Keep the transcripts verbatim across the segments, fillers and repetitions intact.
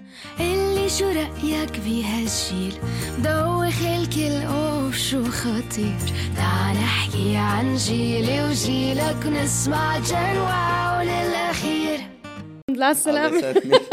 اللي شو رأيك بهالجيل دوخ الكل اوف شو خطير. تعال نحكي عن جيلي وجيلك ونسمع جنوة وللأخير. لا السلامة.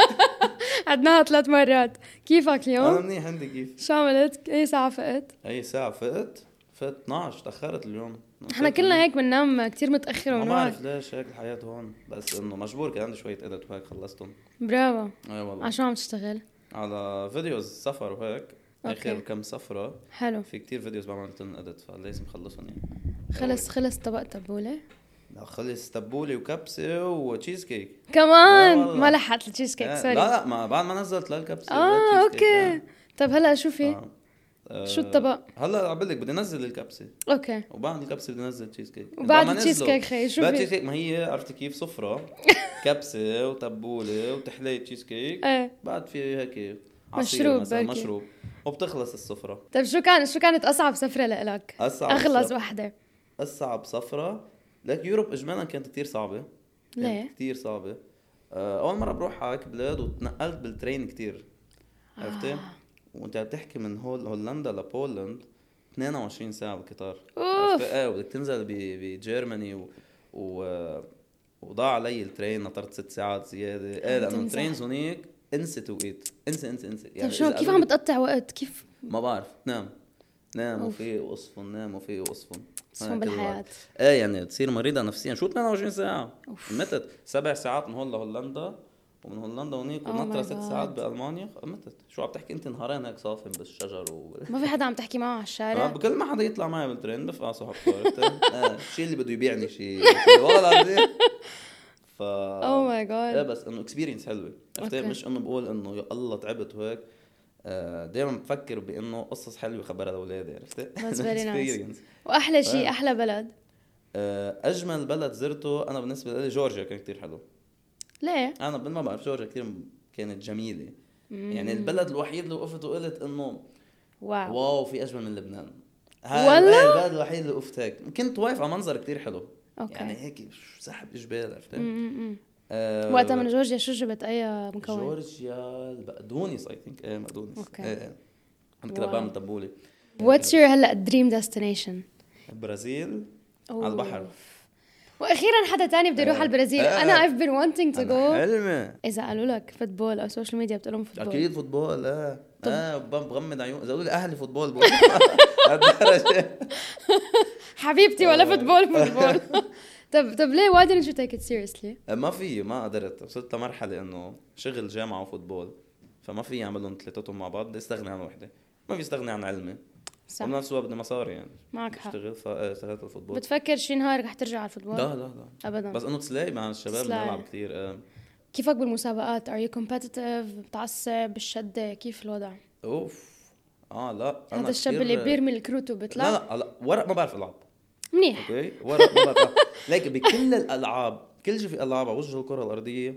عدناها ثلاث مرات. كيفك اليوم؟ أنا منيح. عندي كيف؟ شو عملت؟ أي ساعة فقت؟ أي ساعة فقت؟ فقت اثناشر. تأخرت اليوم. احنا كلنا هيك بننام كتير متأخر ما ونوعد. بعرف ليش هيك الحياة هون، بس إنه مجبور. كان عندي شوية إدت وهيك خلصتهم. برافو. أي والله. عشان عم تشتغل؟ على فيديوز سفر وهيك. أوكي. آخر كم سفرة. حلو. في كتير فيديوز بعمل لهم إدت فلازم خلصهم يعني. خلص خلص طبق تبولة؟ لا خلص تبولة وكبسة وتشيز كيك. كمان والله. ما لحقت التشيز كيك. لا سوري. لا ما بعد ما نزلت للكبسة. اه اوكي. طب هلا شو في؟ آه. آه. شو الطبق؟ هلا عم لك بدي انزل الكبسة. اوكي. وبعد الكبسة بدي انزل تشيز كيك. وبعد ما التشيز نزلوا. كيك خي شو بعد في؟ تشيز كيك ما هي عرفتي كيف صفرة كبسة وتبولة وتحلية تشيز كيك. ايه. بعد في هيك عصير مشروب مثلا بركي. مشروب وبتخلص السفرة. طب شو كان شو كانت اصعب سفرة لإلك؟ أصعب اغلظ سف- وحدة. أصعب سفرة لك يوروب إجمالا كانت كتير صعبة. ليه؟ كتير صعبة. آه، أول مرة بروح على هيك بلاد وتنقلت بالترين كتير. عرفتي؟ آه. وانت بتحكي من هول هولندا لبولند اثنين وعشرين ساعة بالقطار. اوف. ايه بدك تنزل ب بجيرماني و, و... وضاع علي الترين نطرت ست ساعات زيادة. ايه لأنه تمزح. الترين هونيك انسى توقيت. انسى انسى انسى طب شو إذا كيف قالوا عم لك- بتقطع وقت؟ كيف؟ ما بعرف. نام نام أوف. وفي وقصفن نام وفي وقصفن اسمه بالحياة. ايه يعني تصير مريضة نفسيا. شو اثنين وعشرين ساعة؟ أوف. متت سبع ساعات من هون لهولندا ومن هولندا هونيك Oh ونطرة my ست God. ساعات بألمانيا. متت شو عم تحكي انت نهارين هيك صافن بالشجر و... ما في حدا عم تحكي معه على آه، الشارع؟ بكل ما حدا يطلع معي بالترين بفقع حق عرفت. اه الشيء اللي بده يبيعني شيء شي والله العظيم. ف اوه ماي ايه جاد. بس انه اكسبيرينس حلوه عرفت. أوكي. مش انه بقول انه يا الله تعبت وهيك. آه، دائما بفكر بانه قصص حلوه خبرها لاولادي عرفت. That's very nice. Experience. واحلى شيء ف- احلى بلد. آه، اجمل بلد زرته انا بالنسبه لي جورجيا. كان كتير حلو. ليه؟ انا ما بعرف جورجيا كتير كانت جميله. يعني البلد الوحيد اللي وقفت وقلت انه واو. واو في اجمل من لبنان. هاي والله؟ هاي البلد الوحيد اللي وقفت هيك. كنت واقف على منظر كتير حلو. اوكي. يعني هيك سحب جبال عرفت. امم آه، وقتها من جورجيا شو جبت اي مكون؟ جورجيا البقدونس اي ثينك. ايه مقدونس. أوكي. ايه ايه انا كده واو. بعمل تبولة. What's your هلا دريم ديستنيشن؟ البرازيل على البحر. واخيرا حدا تاني بده يروح آه. على البرازيل. آه. انا I've been wanting to أنا go. حلمة. اذا قالوا لك فوتبول او سوشيال ميديا بتقول لهم فوتبول. اكيد فوتبول. اه اه بغمض عيون اذا قالوا لي اهلي فوتبول بقول هالدرجة. حبيبتي ولا فوتبول فوتبول. طب طب ليه why didn't you take it seriously؟ ما في ما قدرت. وصلت لمرحلة انه شغل جامعة وفوتبول فما في اعملهم ثلاثتهم مع بعض. بدي استغني عن وحدة. ما في استغني عن علمي. صح. وبنفس الوقت بدي مصاري يعني. معك حق. اشتغل فاشتغلت الفوتبول. بتفكر شي نهار رح ترجع على الفوتبول؟ لا لا لا ابدا. بس انه تسلاي مع الشباب تسلاي. بنلعب كثير. آه. كيفك بالمسابقات؟ are you competitive؟ بتعصب بالشدة؟ كيف الوضع؟ اوف اه لا أنا هذا الشاب كتير- اللي بيرمي الكروت وبيطلع؟ لا لا لا ورق ما بعرف العب. منيح. اوكي ورق ما بعرف العب. ليك بكل الالعاب كل شيء في العاب على وجه الكره الارضيه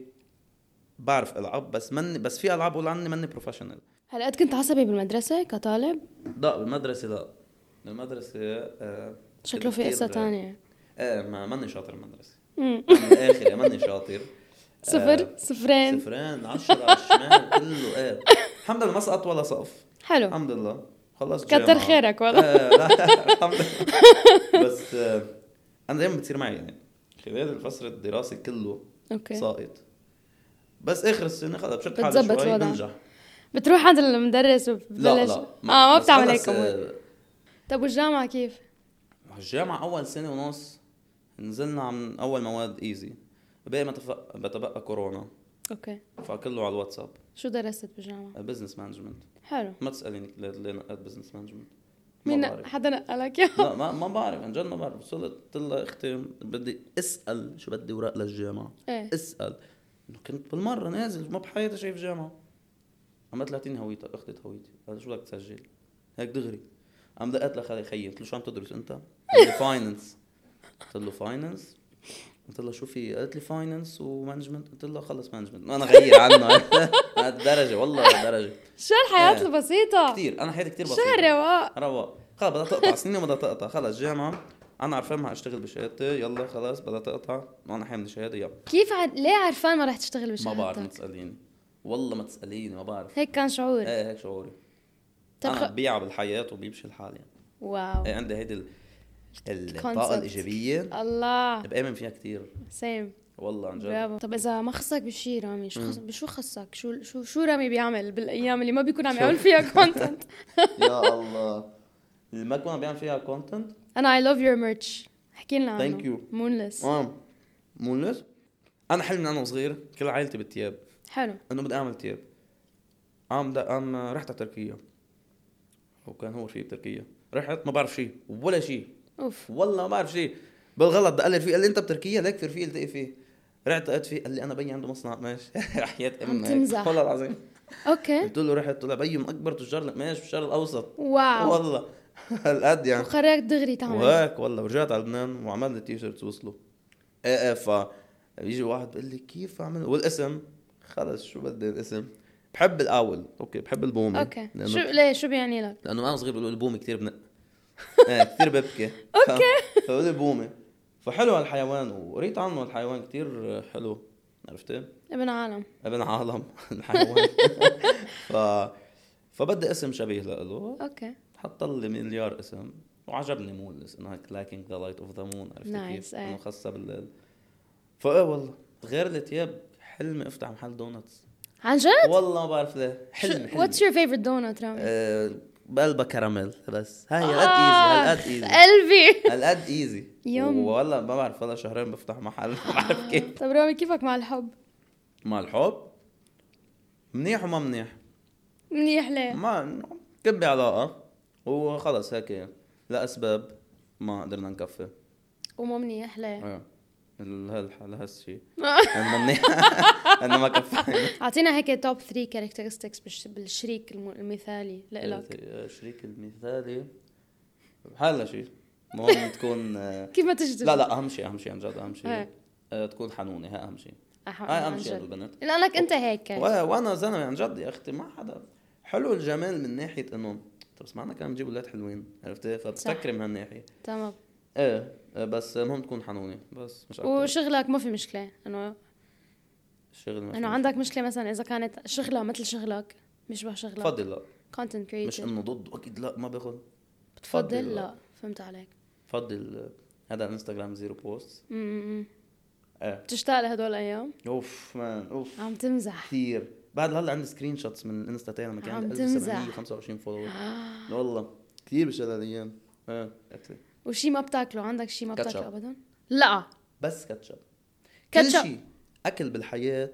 بعرف العب. بس من بس في العاب بقول عني مني بروفيشنال. هلا قد كنت عصبي بالمدرسة كطالب؟ لا بالمدرسه لا. بالمدرسه آه شكله كنت في كتير- قصة تانية. ايه ما ماني شاطر بالمدرسه. مم. من الاخر ماني شاطر. صفر آه، صفرين. صفرين عشرة على الشمال كله. ايه الحمد لله ما سقط ولا صف. حلو. الحمد لله خلص كتر جامعة. خيرك والله. آه لا الحمد لله. بس آه انا دايما بتصير معي يعني خلال الفترة الدراسة كله اوكي. ساقط. بس اخر السنة خلص بشد حالي بتزبط شوي الوضع. بنجح. بتروح عند المدرس لا وبتبلش؟ لا اه ما بس بتعمل خلص، هيك أمور. آه، طب والجامعة كيف؟ الجامعة أول سنة ونص نزلنا عن أول مواد إيزي. باقي ما تفق... بتبقى كورونا اوكي. فكله على الواتساب. شو درست بالجامعة؟ بزنس مانجمنت. حلو. ما تسأليني ليه ليه نقلت بزنس مانجمنت. مين حدا نقلك يا؟ لا ما ما بعرف عن جد ما بعرف. وصلت قلت لها اختي بدي اسال شو بدي اوراق للجامعه. ايه. اسال انه كنت بالمره نازل ما بحياتي شايف جامعه. عملت لاتيني هويتك اخذت هويتي. هذا شو بدك تسجل هيك دغري. قام دقت لخالي خيي قلت له شو عم تدرس انت؟ قال لي فاينانس. قلت له فاينانس. قلت له شو في؟ قالت لي فاينانس ومانجمنت. قلت له خلص مانجمنت. انا غير عنه هالدرجه والله هالدرجه شو الحياة إيه. البسيطة؟ كثير. انا حياتي كثير شو بسيطه. هالرواق؟ رواق. خلص بدها تقطع سنين وبدها تقطع. خلص جامعة أنا عارفان ما اشتغل بشهادتي. يلا خلص بدها تقطع وأنا حامل شهادة. يلا كيف عد... ليه عرفان ما رح تشتغل ما بعرف ما بشهادتك؟ تسأليني. والله ما تسأليني ما بعرف. هيك كان شعور. ايه هيك شعوري. طب انا خ- ببيعها بالحياة وبيمشي الحال يعني. واو. ايه عندي هيدي ال- الطاقة Concept. الإيجابية الله. بآمن فيها كتير سيم. والله عن جد. برافو. طب اذا ما خصك بشي رامي شو خص... بشو خصك شو شو شو رامي بيعمل بالايام اللي ما بيكون عم يعمل فيها كونتنت؟ يا الله اللي ما كنا بيعمل فيها كونتنت. انا I love your merch. احكي لنا عنه. Thank you. مونلس. اه مونلس. انا حلمي من انا وصغير كل عائلتي بالتياب حلو. انه بدي اعمل تياب. عم دا عم رحت على تركيا وكان هو شيء بتركيا. رحت ما بعرف شيء ولا شيء. اوف. والله ما بعرف شيء بالغلط بقلل فيه. قال لي انت بتركيا ليك في رفيق التقي فيه. رحت لقيت فيه قال لي انا بيي عنده مصنع قماش. حياة عم امك تمزح. والله العظيم. اوكي. قلت له رحت طلع بيي من اكبر تجار القماش بالشرق الاوسط. واو. والله هالقد يعني. وقررت دغري تعمل. وهيك والله ورجعت على لبنان وعملت لي تيشيرتس وصلوا. ايه ايه ف بيجي واحد بيقول لي كيف اعمل والاسم خلص شو بدي الاسم. بحب الاول اوكي بحب البومي. اوكي. لأنه شو ليه شو بيعني لك؟ لانه انا صغير بيقولوا البومي كتير بنق. ايه كتير ببكي. اوكي. فبقول البومي فحلو هالحيوان وقريت عنه الحيوان كتير حلو عرفتي. ابن عالم. ابن عالم الحيوان. ف فبدي اسم شبيه له. اوكي. حط لي مليار اسم وعجبني مونلس انه هيك لايكينج ذا لايت اوف ذا مون عرفتي Nice, كيف ايه. انه خاصه بالليل. فايه والله غير التياب حلمي افتح محل دونتس. عن جد؟ والله ما بعرف ليه حلمي حلمي. What's your favorite donut رامي؟ أه بقلبها كراميل بس هاي هالقد آه، ايزي هالقد ايزي قلبي. هالقد ايزي. يوم. والله ما بعرف ولا شهرين بفتح محل. ما بعرف كيف. طب رامي كيفك مع الحب؟ مع الحب منيح وما منيح. منيح ليه؟ ما كنت بعلاقة وخلص هيك لأسباب ما قدرنا نكفي. وما منيح ليه؟ ايه هالحال هالشيء انه منيح انه ما كفي. اعطينا هيك توب ثلاثة characteristics بالشريك الم- المثالي لإلك. الشريك المثالي هلا شيء مهم تكون كيف ما تجي لا لا اهم شيء اهم شيء عن جد اهم ايه. شيء آه، تكون حنونة. هاي اهم شيء. أح- هاي عن اهم شيء جد. بالبنت. لأنك أنت هيك. و- وانا زلمه عن جد يا اختي ما حدا حلو الجمال من ناحيه انه طب اسمعنا كان نجيب اولاد حلوين عرفتي فبتفكري من هالناحيه. تمام. ايه آه، بس المهم تكون حنونة بس مش اكثر. وشغلك ما في مشكلة إنه الشغل ما في إنه مشكلة. عندك مشكلة مثلا إذا كانت شغلة مثل شغلك مشبه شغلك. بفضل لا content مش creator. انه ضد اكيد لا ما باخذ. بتفضل لا. فهمت عليك. بفضل هذا الانستغرام زيرو بوست. امم ايه بتشتاق لهدول الأيام؟ اوف مان اوف عم تمزح. كثير. بعد هلا عندي سكرين شوتس من الانستا تاعي لما كان عم عندي تمزح. ألف وسبعمية وخمسة وعشرين فولور. والله كثير بشغل الايام. ايه اكثر. وشي ما بتاكله عندك شي ما كاتشب. بتاكله أبدا؟ لا. بس كاتشب. كاتشب. كل شيء اكل بالحياه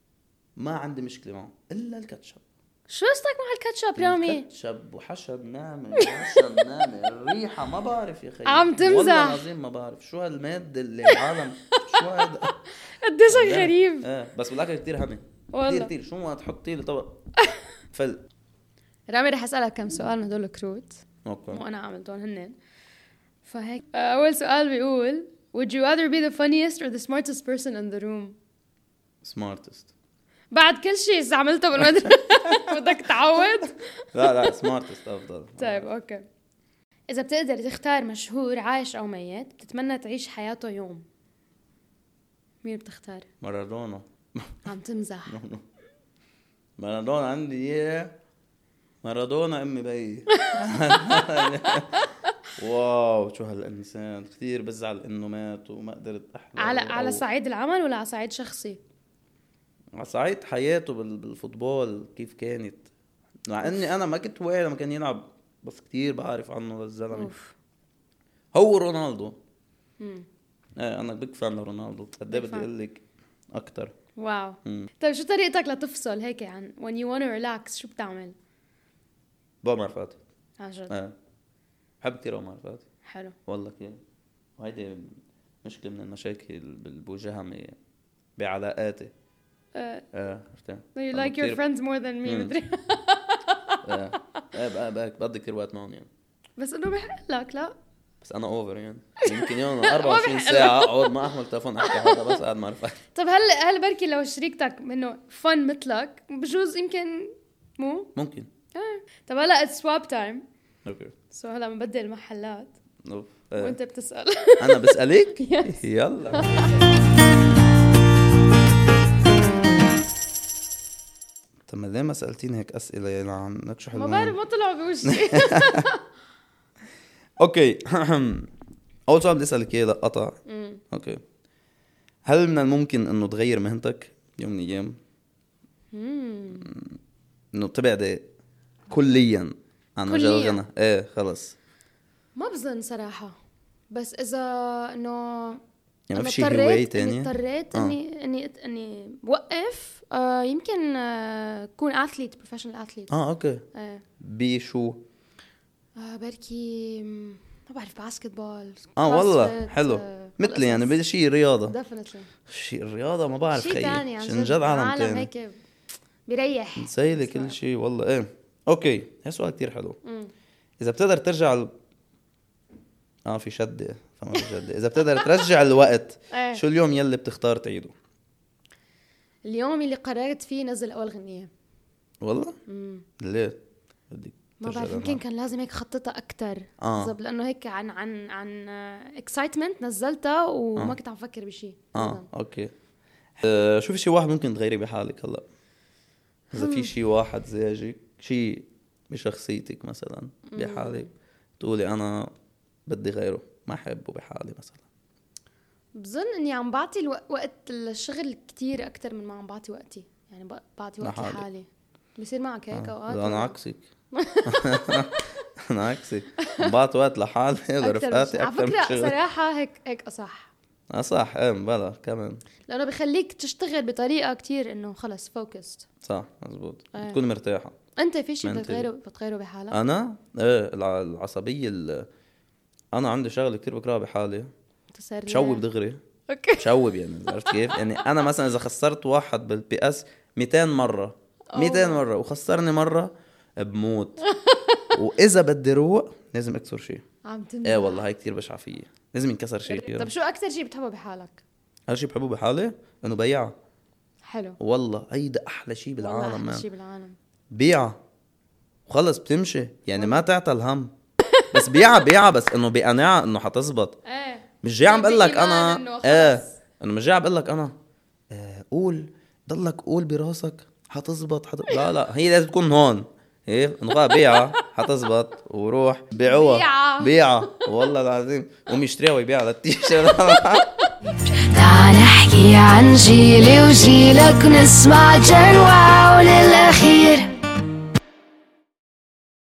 ما عندي مشكله معه الا الكاتشب. شو قصدك مع الكاتشب رامي؟ الكاتشب وحشب ناعمه وحشب ناعمه الريحه ما بعرف يا اخي. عم تمزح. والله العظيم ما بعرف شو هالماده اللي العالم شو هذا. قديش غريب. ايه بس بالاكل كثير همي. والله. كثير كثير شو ما تحطي لي طبق فل. رامي رح أسألك كم سؤال من هدول الكروت اوكي مو أنا عملتهم هنن. فهيك أول سؤال بيقول would you rather be the funniest or the smartest person in the room؟ سمارتست. بعد كل شيء استعملته بالمدرسة بدك تعود. لا لا سمارتست افضل. طيب أوكي. إذا بتقدر تختار مشهور عايش أو ميت بتتمنى تعيش حياته يوم مين بتختار؟ مارادونا. عم تمزح. مارادونا عندي اياه. مارادونا امي بي. واو شو هالانسان كثير بزعل انه مات وما قدرت احلى. على على صعيد العمل ولا على صعيد شخصي؟ على صعيد حياته بال- بالفوتبول كيف كانت. مع اني انا ما كنت واعي لما كان يلعب بس كثير بعرف عنه للزلمه. أوف. هو رونالدو. مم. ايه انا بيج فان لرونالدو. قد ايه Big بدي fan. اقول لك اكثر. واو. مم. طيب شو طريقتك لتفصل هيك عن when you wanna relax شو بتعمل؟ بعمر فاتي. عن جد. ايه بحب كثير عمر فاتي حلو. والله كثير. وهيدي مشكله من المشاكل اللي بواجهها م- بعلاقاتي. Uh, ايه عرفتي. you أنا like your كتير- friends more than me مم. مدري. ايه ايه بقى بقى بقضي كثير وقت معهم يعني. بس انه بحق لك لا. بس انا اوفر يعني يمكن يوم أربعة وعشرين ساعه اقعد ما احمل تليفون احكي حدا بس قاعد مع رفقاتي. طب هل هل بركي لو شريكتك منه فن مثلك بجوز يمكن مو؟ ممكن. آه. طب هلا اتس سواب تايم. اوكي سو هلا بنبدل محلات أوف. إيه. وانت بتسأل. انا بسالك. Yes. يلا طب ما ليه ما سألتيني هيك أسئلة يا لعنك شو ما حلوين؟ بعرف ما طلعوا بوجهي. أوكي. أول سؤال بدي أسألك إياه لقطع. أوكي. هل من الممكن إنه تغير مهنتك يوم من الأيام؟ إنه تبعد كليا عن مجال الغنى؟ إيه خلص. ما بظن صراحة، بس إذا إنه يعني ما في شيء هواية تانية؟ اضطريت آه. إني إني إني بوقف آه يمكن آه كون أثليت بروفيشنال أثليت. آه أوكي. آه. بشو؟ آه بركي ما بعرف باسكتبول. آه والله حلو. آه مثلي يعني بدي شيء رياضة. definitely. شيء الرياضة ما بعرف شيء خيي. تاني عن جد عالم تاني. هيك بيريح. نسيلي كل شيء والله. إيه. أوكي. هي سؤال كتير حلو. مم. إذا بتقدر ترجع ال... آه في شدة فما بجدة. إذا بتقدر ترجع الوقت شو اليوم يلي بتختار تعيده؟ اليوم اللي قررت فيه نزل أول غنية. والله؟ مم. ليه؟ بدي ما بعرف يمكن كان لازم هيك خطتها أكتر. آه. زب لأنه هيك عن عن عن excitement نزلتها وما آه. كنت عم فكر بشيء. آه أوكي. أه شو في شيء واحد ممكن تغيري بحالك هلا؟ إذا في شيء واحد زيجك شيء بشخصيتك مثلا بحالك تقولي أنا بدي غيره ما أحبه بحالي مثلا. بظن إني عم بعطي الوقت الشغل كتير أكتر من ما عم بعطي وقتي، يعني بعطي وقت لحالي. بيصير معك هيك آه. أوقات؟ أنا عكسك. أنا عكسك بعطي وقت لحالي ورفقاتي أكتر من على شغل. فكرة صراحة هيك هيك أصح. أصح إيه بلا كمان. لأنه بيخليك تشتغل بطريقة كتير إنه خلص فوكست. صح مزبوط. أيه. تكون مرتاحة. أنت في شيء بتغيره بتغيره بحالك؟ أنا إيه العصبية ال... أنا عندي شغل كتير بكره بحالي. بشوب دغري. أوكي. بشوب يعني عرفت كيف؟ يعني أنا مثلا إذا خسرت واحد بالبي اس مئتين مرة مئتين مرة وخسرني مرة بموت. وإذا بدي روق لازم أكسر شيء. عم تمزح. إيه والله هاي كتير بشع فيي لازم ينكسر شيء. طب شو أكتر شيء بتحبه بحالك؟ أكتر شيء بحبه بحالي إنه بيع. حلو والله هيدا أحلى شيء بالعالم. والله أحلى شيء بالعالم. بيع وخلص بتمشي يعني ما تعطى الهم. بس بيعة بيعة بس إنه بقناعة إنه حتزبط. إيه. مش جاي عم بقول لك أنا إنه إيه إنه مش جاي عم بقول لك أنا إيه قول ضلك قول براسك حتزبط حت... لا لا هي لازم تكون هون. إيه إنه بيعة حتزبط وروح بيعوها بيعة بيعة والله العظيم قوم يشتريها ويبيعها للتيشيرت. تعال نحكي عن جيلي وجيلك نسمع جنوة وللأخير.